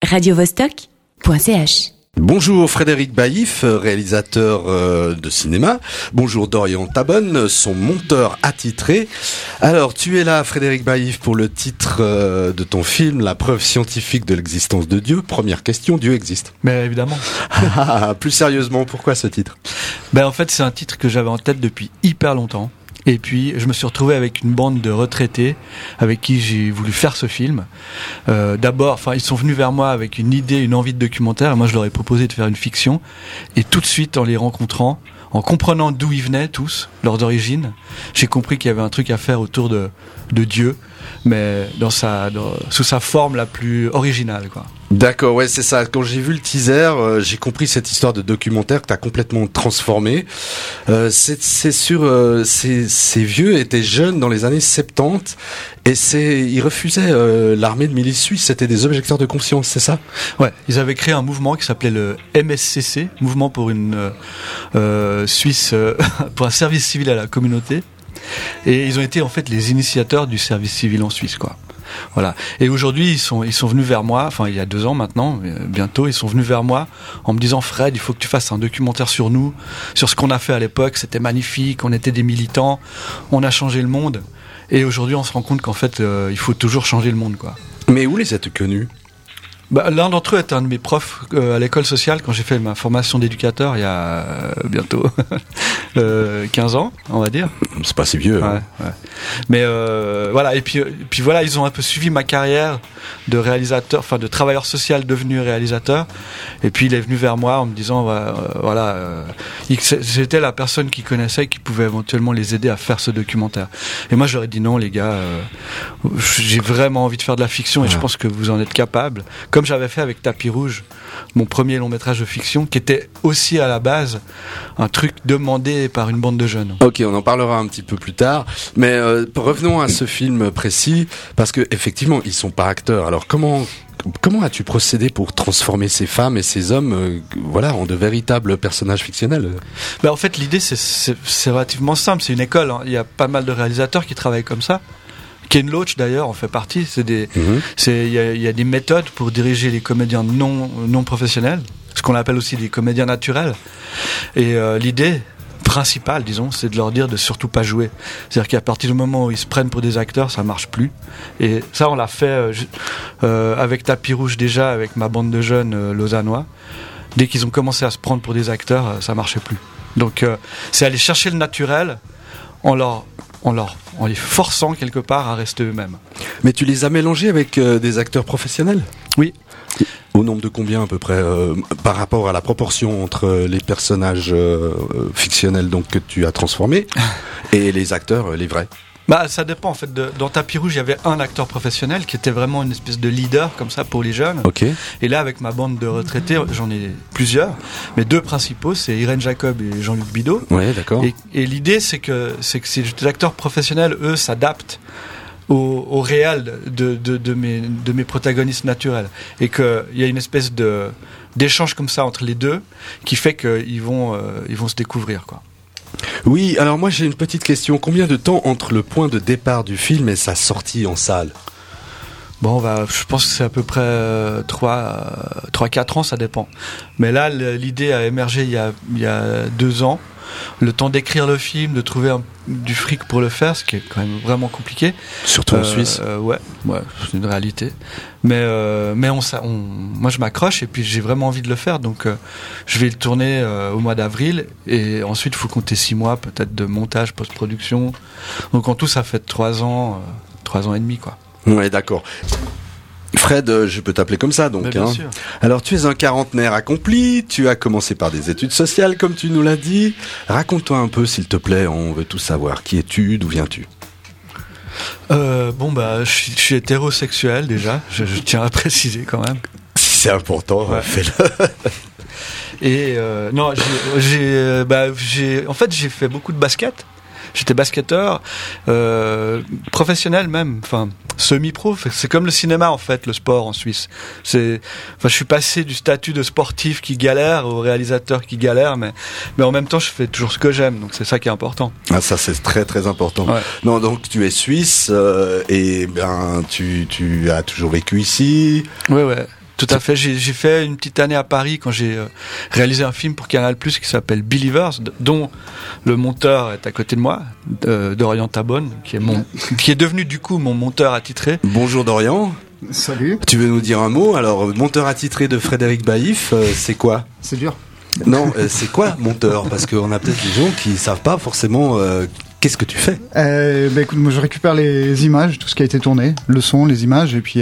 radiovostok.ch. Bonjour Frédéric Baïf, réalisateur de cinéma. Bonjour Dorian Tabonne, son monteur attitré. Alors, tu es là, Frédéric Baïf, pour le titre de ton film, La preuve scientifique de l'existence de Dieu. Première question, Dieu existe? Mais évidemment. Plus sérieusement, pourquoi ce titre? En fait, c'est un titre que j'avais en tête depuis hyper longtemps. Et puis, je me suis retrouvé avec une bande de retraités avec qui j'ai voulu faire ce film. D'abord, ils sont venus vers moi avec une idée, une envie de documentaire. Et moi, je leur ai proposé de faire une fiction. Et tout de suite, en les rencontrant, en comprenant d'où ils venaient tous, leurs origines, j'ai compris qu'il y avait un truc à faire autour de Dieu, mais sous sa forme la plus originale, quoi. D'accord, ouais, c'est ça. Quand j'ai vu le teaser, j'ai compris cette histoire de documentaire que t'as complètement transformé. C'est sûr, ces vieux étaient jeunes dans les années 70 et ils refusaient l'armée de milice suisse. C'était des objecteurs de conscience, c'est ça? Ouais, ils avaient créé un mouvement qui s'appelait le MSCC, Mouvement pour une Suisse, pour un service civil à la communauté. Et ils ont été en fait les initiateurs du service civil en Suisse, quoi. Voilà. Et aujourd'hui, ils sont venus vers moi, il y a 2 ans maintenant, bientôt, ils sont venus vers moi en me disant: Fred, il faut que tu fasses un documentaire sur nous, sur ce qu'on a fait à l'époque, c'était magnifique, on était des militants, on a changé le monde. Et aujourd'hui, on se rend compte qu'en fait, il faut toujours changer le monde, quoi. Mais où les as-tu connus? L'un d'entre eux est un de mes profs à l'école sociale quand j'ai fait ma formation d'éducateur il y a bientôt 15 ans, on va dire. C'est pas si vieux. Ouais, hein. Ouais. Mais voilà, et puis voilà, ils ont un peu suivi ma carrière de réalisateur, de travailleur social devenu réalisateur. Et puis il est venu vers moi en me disant j'étais la personne qui connaissait, qui pouvait éventuellement les aider à faire ce documentaire. Et moi j'aurais dit non, les gars, j'ai vraiment envie de faire de la fiction et je pense que vous en êtes capables. Comme j'avais fait avec Tapis Rouge, mon premier long métrage de fiction, qui était aussi à la base un truc demandé par une bande de jeunes. Ok, on en parlera un petit peu plus tard, mais revenons à ce film précis, parce que effectivement, ils sont pas acteurs. Alors comment as-tu procédé pour transformer ces femmes et ces hommes, en de véritables personnages fictionnels? En fait, l'idée c'est relativement simple. C'est une école. Hein. Il y a pas mal de réalisateurs qui travaillent comme ça. Ken Loach d'ailleurs en fait partie. Il y a des méthodes pour diriger les comédiens non professionnels, ce qu'on appelle aussi des comédiens naturels. Et l'idée principale, disons, c'est de leur dire de surtout pas jouer. C'est-à-dire qu'à partir du moment où ils se prennent pour des acteurs, ça marche plus. Et ça, on l'a fait avec Tapis Rouge déjà, avec ma bande de jeunes lausannois. Dès qu'ils ont commencé à se prendre pour des acteurs, ça marchait plus. Donc, c'est aller chercher le naturel en les forçant quelque part à rester eux-mêmes. Mais tu les as mélangés avec des acteurs professionnels? Oui. Au nombre de combien à peu près par rapport à la proportion entre les personnages fictionnels donc que tu as transformés et les acteurs, les vrais? Ça dépend en fait. Dans Tapis Rouge, il y avait un acteur professionnel qui était vraiment une espèce de leader comme ça pour les jeunes. Okay. Et là, avec ma bande de retraités, j'en ai plusieurs, mais 2 principaux, c'est Irène Jacob et Jean-Luc Bidot. Ouais, d'accord. Et l'idée, c'est que ces acteurs professionnels, eux, s'adaptent au réel de mes protagonistes naturels, et qu'il y a une espèce d'échange comme ça entre les deux qui fait qu'ils vont se découvrir, quoi. Oui, alors moi j'ai une petite question. Combien de temps entre le point de départ du film et sa sortie en salle? Je pense que c'est à peu près 3-4 ans, ça dépend. Mais là, l'idée a émergé il y a 2 ans. Le temps d'écrire le film, de trouver du fric pour le faire, ce qui est quand même vraiment compliqué. Surtout en Suisse. Ouais, c'est une réalité. Mais moi je m'accroche et puis j'ai vraiment envie de le faire, donc je vais le tourner au mois d'avril et ensuite il faut compter 6 mois peut-être de montage, post-production. Donc en tout ça fait 3 ans et demi, quoi. Ouais, d'accord. Fred, je peux t'appeler comme ça, donc. Bien sûr. Alors, tu es un quarantenaire accompli, tu as commencé par des études sociales, comme tu nous l'as dit. Raconte-toi un peu, s'il te plaît, on veut tout savoir. Qui es-tu, d'où viens-tu? Je suis hétérosexuel, déjà, je tiens à préciser quand même. Si c'est important, ouais. Fais-le. Et j'ai fait beaucoup de basket. J'étais basketteur, professionnel même, semi-pro. C'est comme le cinéma en fait, le sport en Suisse. Je suis passé du statut de sportif qui galère au réalisateur qui galère, mais en même temps je fais toujours ce que j'aime, donc c'est ça qui est important. Ah, ça c'est très très important. Ouais. Non, donc tu es suisse et tu as toujours vécu ici. Ouais. Tout à fait. J'ai fait une petite année à Paris quand j'ai réalisé un film pour Canal+ qui s'appelle Believers, dont le monteur est à côté de moi, Dorian Tabonne, qui est devenu du coup mon monteur attitré. Bonjour Dorian. Salut. Tu veux nous dire un mot? Alors, monteur attitré de Frédéric Baïf, c'est quoi? C'est dur. Non, c'est quoi monteur? Parce qu'on a peut-être des gens qui savent pas forcément qu'est-ce que tu fais. Écoute, moi je récupère les images, tout ce qui a été tourné, le son, les images, et puis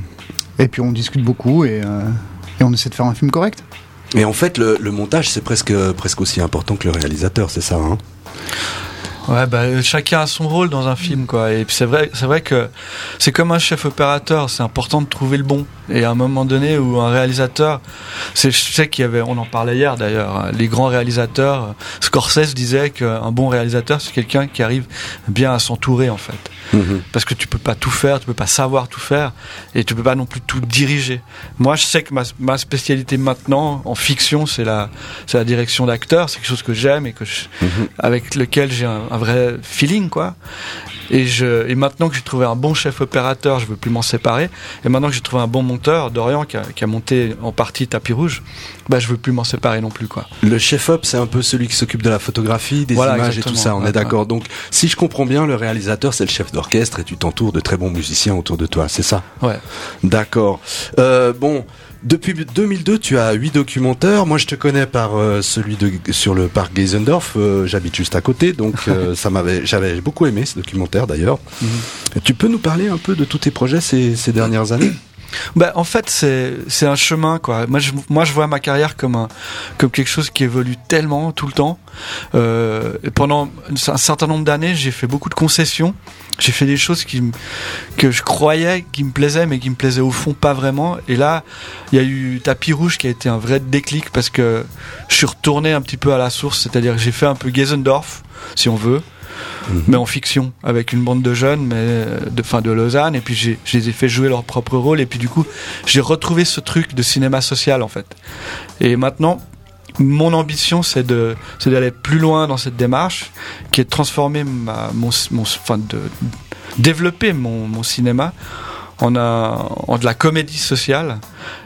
on discute beaucoup et on essaie de faire un film correct. Et en fait, le montage, c'est presque aussi important que le réalisateur, c'est ça, hein? Ouais, chacun a son rôle dans un film, quoi. Et puis c'est vrai que c'est comme un chef opérateur, c'est important de trouver le bon. Et à un moment donné où un réalisateur, je sais on en parlait hier d'ailleurs, les grands réalisateurs, Scorsese disait qu'un bon réalisateur, c'est quelqu'un qui arrive bien à s'entourer, en fait. Parce que tu peux pas tout faire, tu peux pas savoir tout faire, et tu peux pas non plus tout diriger. Moi, je sais que ma spécialité maintenant, en fiction, c'est la direction d'acteur, c'est quelque chose que j'aime et avec lequel j'ai un vrai feeling, quoi. Et maintenant que j'ai trouvé un bon chef opérateur, je veux plus m'en séparer. Et maintenant que j'ai trouvé un bon monteur, Dorian, qui a monté en partie Tapis Rouge, je veux plus m'en séparer non plus, quoi. Le chef-op, c'est un peu celui qui s'occupe de la photographie, des images et tout ça, on est d'accord. Donc, si je comprends bien, le réalisateur, c'est le chef d'orchestre et tu t'entoures de très bons musiciens autour de toi, c'est ça? Ouais. D'accord. Depuis 2002, tu as 8 documentaires. Moi, je te connais par celui sur le parc Geisendorf. J'habite juste à côté, donc j'avais beaucoup aimé ce documentaire d'ailleurs. Tu peux nous parler un peu de tous tes projets ces dernières années? En fait, c'est un chemin, quoi. Moi, je vois ma carrière comme quelque chose qui évolue tellement tout le temps. Pendant un certain nombre d'années, j'ai fait beaucoup de concessions. J'ai fait des choses que je croyais qui me plaisaient, mais qui me plaisaient au fond pas vraiment. Et là, il y a eu Tapis Rouge qui a été un vrai déclic parce que je suis retourné un petit peu à la source. C'est-à-dire que j'ai fait un peu Geisendorf, si on veut. Mais en fiction, avec une bande de jeunes, de Lausanne, et puis je les ai fait jouer leur propre rôle, et puis du coup, j'ai retrouvé ce truc de cinéma social, en fait. Et maintenant, mon ambition, c'est d'aller plus loin dans cette démarche, qui est de transformer développer mon cinéma en de la comédie sociale,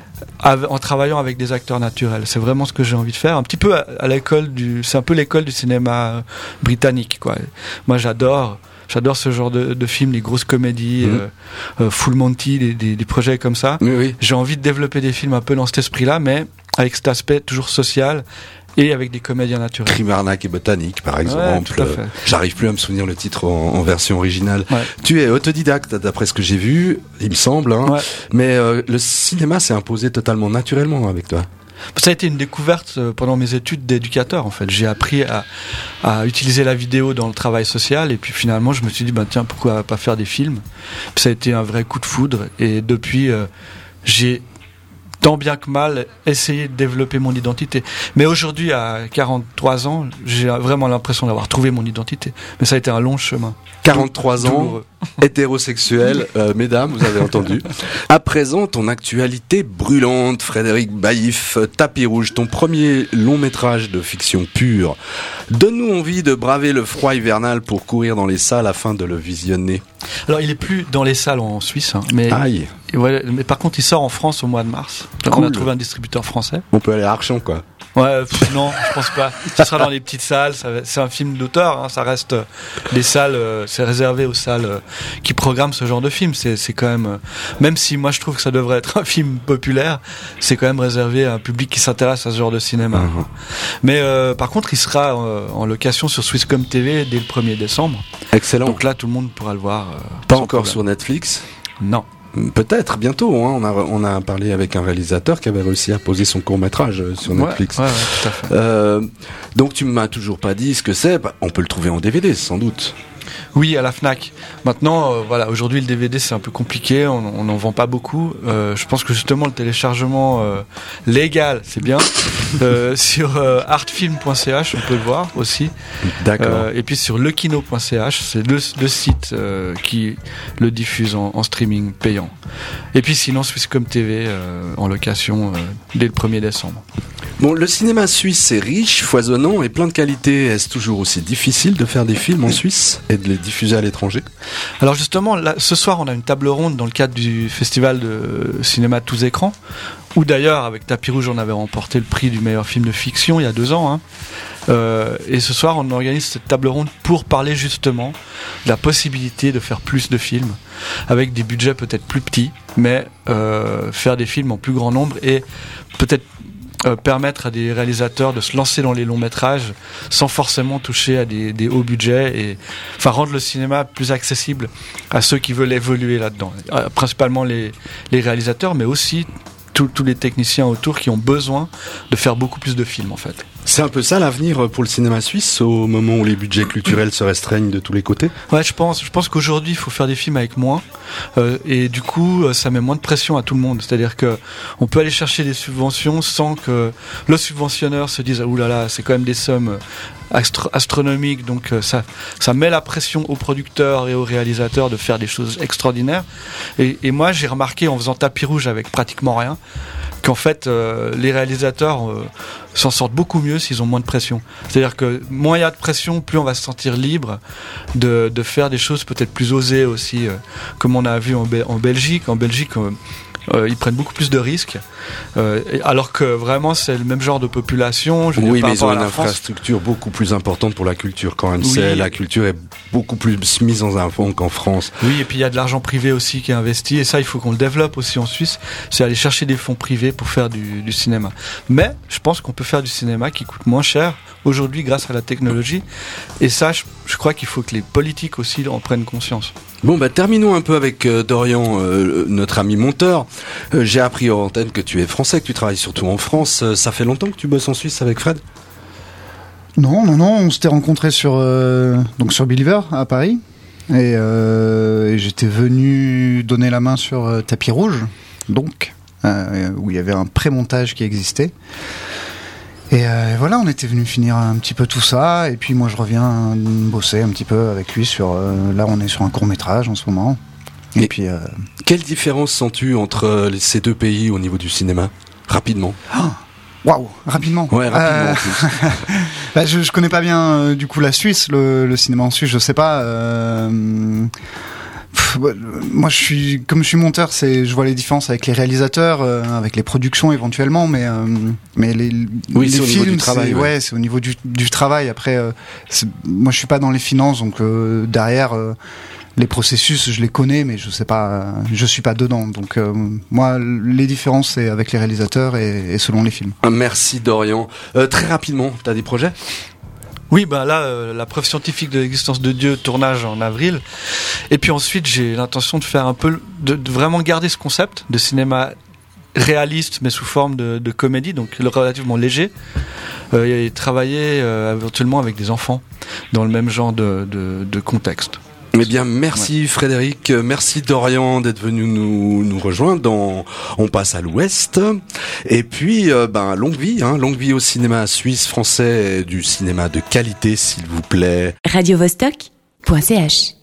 en travaillant avec des acteurs naturels. C'est vraiment ce que j'ai envie de faire, un petit peu c'est un peu l'école du cinéma britannique, quoi. Moi, j'adore ce genre de films, les grosses comédies, Full Monty, des projets comme ça. Oui. J'ai envie de développer des films un peu dans cet esprit-là, mais avec cet aspect toujours social et avec des comédiens naturels. Crime, arnaque et botanique, par exemple. Ouais, tout à fait. J'arrive plus à me souvenir le titre en version originale. Ouais. Tu es autodidacte, d'après ce que j'ai vu, il me semble, hein. Ouais. Mais le cinéma s'est imposé totalement naturellement avec toi. Ça a été une découverte pendant mes études d'éducateur, en fait. J'ai appris à utiliser la vidéo dans le travail social, et puis finalement, je me suis dit, tiens, pourquoi pas faire des films? Puis ça a été un vrai coup de foudre, et depuis, j'ai tant bien que mal essayé de développer mon identité. Mais aujourd'hui, à 43 ans, j'ai vraiment l'impression d'avoir trouvé mon identité. Mais ça a été un long chemin. 43 ans, douloureux. Hétérosexuel, mesdames, vous avez entendu. À présent, ton actualité brûlante, Frédéric Baïf, Tapis Rouge, ton premier long métrage de fiction pure. Donne-nous envie de braver le froid hivernal pour courir dans les salles afin de le visionner. Alors, il est plus dans les salles en Suisse, mais mais par contre, il sort en France au mois de mars. Donc, cool. On a trouvé un distributeur français. On peut aller à Archamps, quoi. Ouais, non, je pense pas. Ça sera dans les petites salles. C'est un film d'auteur. Hein, ça reste des salles. C'est réservé aux salles qui programment ce genre de film. C'est quand même si moi je trouve que ça devrait être un film populaire, c'est quand même réservé à un public qui s'intéresse à ce genre de cinéma. Mais par contre, il sera en location sur Swisscom TV dès le 1er décembre. Excellent. Donc là, tout le monde pourra le voir. Pas encore sur Netflix? Non. Peut-être bientôt, hein. On a parlé avec un réalisateur qui avait réussi à poser son court-métrage sur Netflix. Ouais, tout à fait. Donc tu m'as toujours pas dit ce que c'est. On peut le trouver en DVD sans doute. Oui, à la Fnac. Maintenant, aujourd'hui le DVD c'est un peu compliqué, on n'en vend pas beaucoup. Je pense que justement le téléchargement légal, c'est bien. Sur artfilm.ch, on peut le voir aussi. D'accord. Et puis sur lekino.ch, c'est le site qui le diffuse en streaming payant. Et puis sinon Swisscom TV en location dès le 1er décembre. Bon, le cinéma suisse, c'est riche, foisonnant et plein de qualités. Est-ce toujours aussi difficile de faire des films en Suisse et de les diffuser à l'étranger? Alors justement, là, ce soir, on a une table ronde dans le cadre du festival de cinéma tous écrans, où d'ailleurs, avec Tapis Rouge, on avait remporté le prix du meilleur film de fiction il y a 2 ans. Et ce soir, on organise cette table ronde pour parler justement de la possibilité de faire plus de films, avec des budgets peut-être plus petits, mais faire des films en plus grand nombre et peut-être permettre à des réalisateurs de se lancer dans les longs métrages sans forcément toucher à des hauts budgets et enfin rendre le cinéma plus accessible à ceux qui veulent évoluer là-dedans, principalement les réalisateurs, mais aussi tous les techniciens autour qui ont besoin de faire beaucoup plus de films en fait. C'est un peu ça l'avenir pour le cinéma suisse au moment où les budgets culturels se restreignent de tous les côtés? Ouais, je pense qu'aujourd'hui il faut faire des films avec moins et du coup ça met moins de pression à tout le monde. C'est-à-dire que on peut aller chercher des subventions sans que le subventionneur se dise ouh là là, c'est quand même des sommes astronomiques, donc ça met la pression aux producteurs et aux réalisateurs de faire des choses extraordinaires. Et moi j'ai remarqué en faisant Tapis Rouge avec pratiquement rien qu'en fait les réalisateurs s'en sortent beaucoup mieux s'ils ont moins de pression. C'est-à-dire que moins il y a de pression, plus on va se sentir libre de faire des choses peut-être plus osées aussi, comme on a vu en Belgique. En Belgique, ils prennent beaucoup plus de risques, alors que vraiment c'est le même genre de population. Oui, mais ils ont une infrastructure beaucoup plus importante pour la culture quand même. Oui. La culture est beaucoup plus mise en avant qu'en France. Oui, et puis il y a de l'argent privé aussi qui est investi, et ça il faut qu'on le développe aussi en Suisse. C'est aller chercher des fonds privés pour faire du cinéma. Mais je pense qu'on peut faire du cinéma qui coûte moins cher aujourd'hui grâce à la technologie, et ça je crois qu'il faut que les politiques aussi en prennent conscience. Bon, terminons un peu avec Dorian, notre ami monteur. J'ai appris hors antenne que tu es français, que tu travailles surtout en France. Ça fait longtemps que tu bosses en Suisse avec Fred? Non, on s'était rencontrés sur Believer à Paris, et j'étais venu donner la main sur Tapis Rouge, donc où il y avait un pré-montage qui existait. Et voilà, on était venu finir un petit peu tout ça, et puis moi je reviens bosser un petit peu avec lui sur... là on est sur un court-métrage en ce moment. Et puis... Quelle différence sens-tu entre ces deux pays au niveau du cinéma? Rapidement. Waouh, rapidement. Ouais, rapidement. Je connais pas bien du coup la Suisse, le cinéma en Suisse, je sais pas... moi comme je suis monteur, je vois les différences avec les réalisateurs, avec les productions éventuellement, mais les c'est films, au niveau du travail, c'est au niveau du travail. Après moi je suis pas dans les finances, donc derrière les processus je les connais, mais je sais pas, je suis pas dedans, donc moi les différences c'est avec les réalisateurs et selon les films. Merci Dorian. Très rapidement, t'as des projets? Oui, là, la preuve scientifique de l'existence de Dieu, tournage en avril. Et puis ensuite, j'ai l'intention de faire un peu, de vraiment garder ce concept de cinéma réaliste, mais sous forme de comédie, donc relativement léger. Et travailler éventuellement avec des enfants dans le même genre de contexte. Eh bien, merci Frédéric, merci Dorian d'être venu nous rejoindre dans On passe à l'Ouest. Et puis, longue vie au cinéma suisse, français, du cinéma de qualité, s'il vous plaît. radiovostok.ch